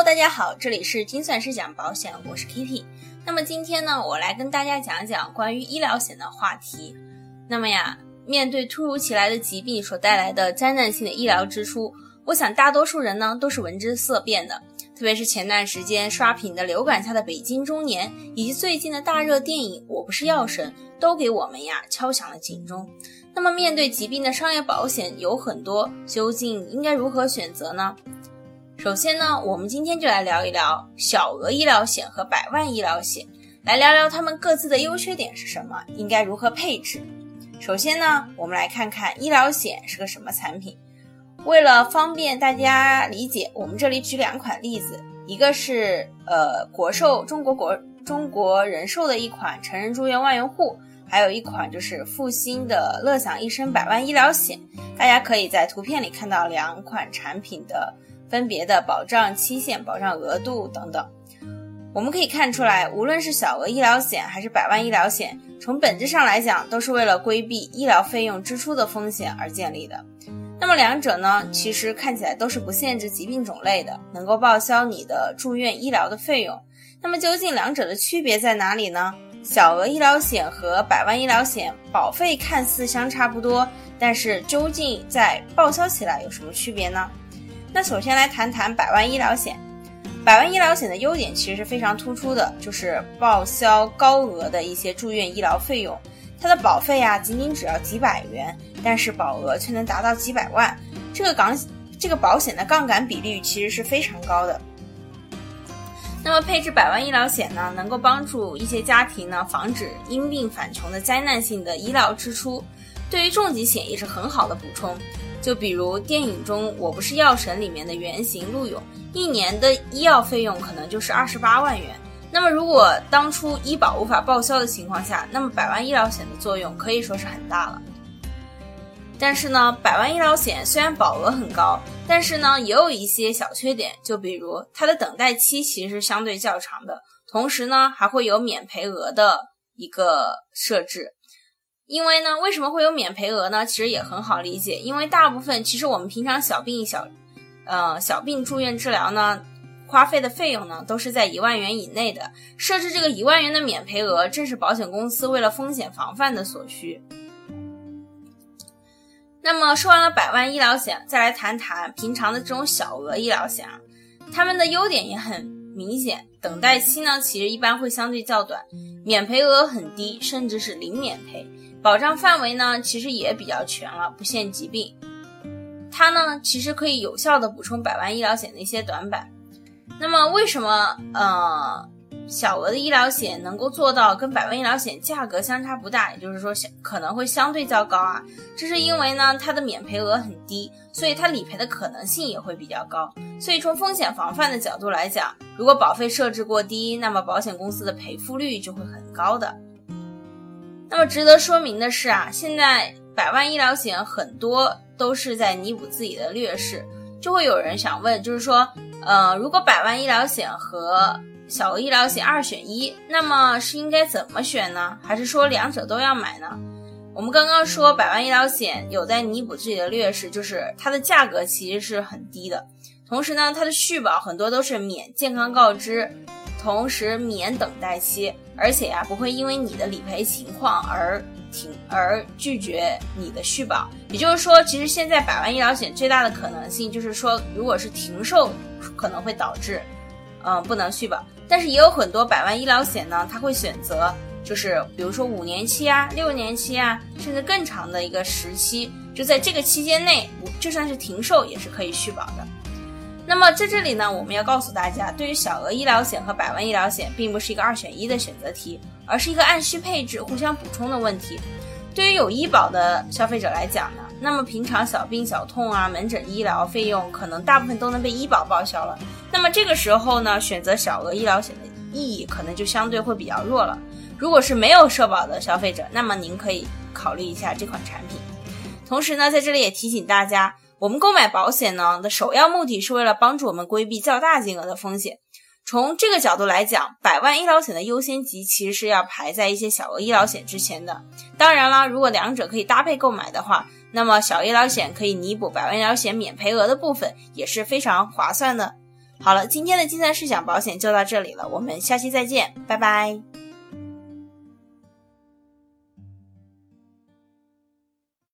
大家好，这里是精算师讲保险，我是 Kitty。那么今天呢，我来跟大家讲讲关于医疗险的话题。那么呀，面对突如其来的疾病所带来的灾难性的医疗支出，我想大多数人呢都是闻之色变的。特别是前段时间刷屏的流感下的北京中年，以及最近的大热电影《我不是药神》，都给我们呀敲响了警钟。那么面对疾病的商业保险有很多，究竟应该如何选择呢？首先呢，我们今天就来聊一聊小额医疗险和百万医疗险，来聊聊他们各自的优缺点是什么，应该如何配置。首先呢，我们来看看医疗险是个什么产品。为了方便大家理解，我们这里举两款例子，一个是中国人寿的一款成人住院万元户，还有一款就是复星的乐享一生百万医疗险。大家可以在图片里看到两款产品的分别的保障期限、保障额度等等。我们可以看出来，无论是小额医疗险还是百万医疗险，从本质上来讲都是为了规避医疗费用支出的风险而建立的。那么两者呢，其实看起来都是不限制疾病种类的，能够报销你的住院医疗的费用。那么究竟两者的区别在哪里呢？小额医疗险和百万医疗险保费看似相差不多，但是究竟在报销起来有什么区别呢？那首先来谈谈百万医疗险。百万医疗险的优点其实是非常突出的，就是报销高额的一些住院医疗费用。它的保费啊仅仅只要几百元，但是保额却能达到几百万，这个保险的杠杆比率其实是非常高的。那么配置百万医疗险呢，能够帮助一些家庭呢防止因病返穷的灾难性的医疗支出，对于重疾险也是很好的补充。就比如电影中《我不是药神》里面的原型陆勇，一年的医药费用可能就是28万元。那么如果当初医保无法报销的情况下，那么百万医疗险的作用可以说是很大了。但是呢，百万医疗险虽然保额很高，但是呢也有一些小缺点，就比如它的等待期其实是相对较长的，同时呢还会有免赔额的一个设置。因为呢，为什么会有免赔额呢？其实也很好理解，因为大部分其实我们平常小病住院治疗呢，花费的费用呢都是在1万元以内的，设置这个1万元的免赔额，正是保险公司为了风险防范的所需。那么说完了百万医疗险，再来谈谈平常的这种小额医疗险啊，它们的优点也很明显，等待期呢其实一般会相对较短，免赔额很低，甚至是零免赔，保障范围呢其实也比较全了，不限疾病。它呢其实可以有效的补充百万医疗险的一些短板。那么为什么小额的医疗险能够做到跟百万医疗险价格相差不大，也就是说可能会相对较高啊？这是因为呢它的免赔额很低，所以它理赔的可能性也会比较高。所以从风险防范的角度来讲，如果保费设置过低，那么保险公司的赔付率就会很高的。那么值得说明的是啊，现在百万医疗险很多都是在弥补自己的劣势，就会有人想问，就是说如果百万医疗险和小额医疗险2选1，那么是应该怎么选呢？还是说两者都要买呢？我们刚刚说百万医疗险有在弥补自己的劣势，就是它的价格其实是很低的，同时呢它的续保很多都是免健康告知，同时免等待期，而且不会因为你的理赔情况而拒绝你的续保。也就是说，其实现在百万医疗险最大的可能性就是说，如果是停售可能会导致不能续保。但是也有很多百万医疗险呢，它会选择就是比如说5年期啊、6年期啊，甚至更长的一个时期，就在这个期间内就算是停售也是可以续保的。那么在这里呢，我们要告诉大家，对于小额医疗险和百万医疗险并不是一个2选1的选择题，而是一个按需配置互相补充的问题。对于有医保的消费者来讲呢，那么平常小病小痛啊、门诊医疗费用可能大部分都能被医保报销了，那么这个时候呢，选择小额医疗险的意义可能就相对会比较弱了。如果是没有社保的消费者，那么您可以考虑一下这款产品。同时呢，在这里也提醒大家，我们购买保险呢的首要目的是为了帮助我们规避较大金额的风险。从这个角度来讲，百万医疗险的优先级其实是要排在一些小额医疗险之前的。当然啦，如果两者可以搭配购买的话，那么小医疗险可以弥补百万医疗险免赔额的部分，也是非常划算的。 好了，今天的精算师讲保险就到这里了，我们下期再见，拜拜。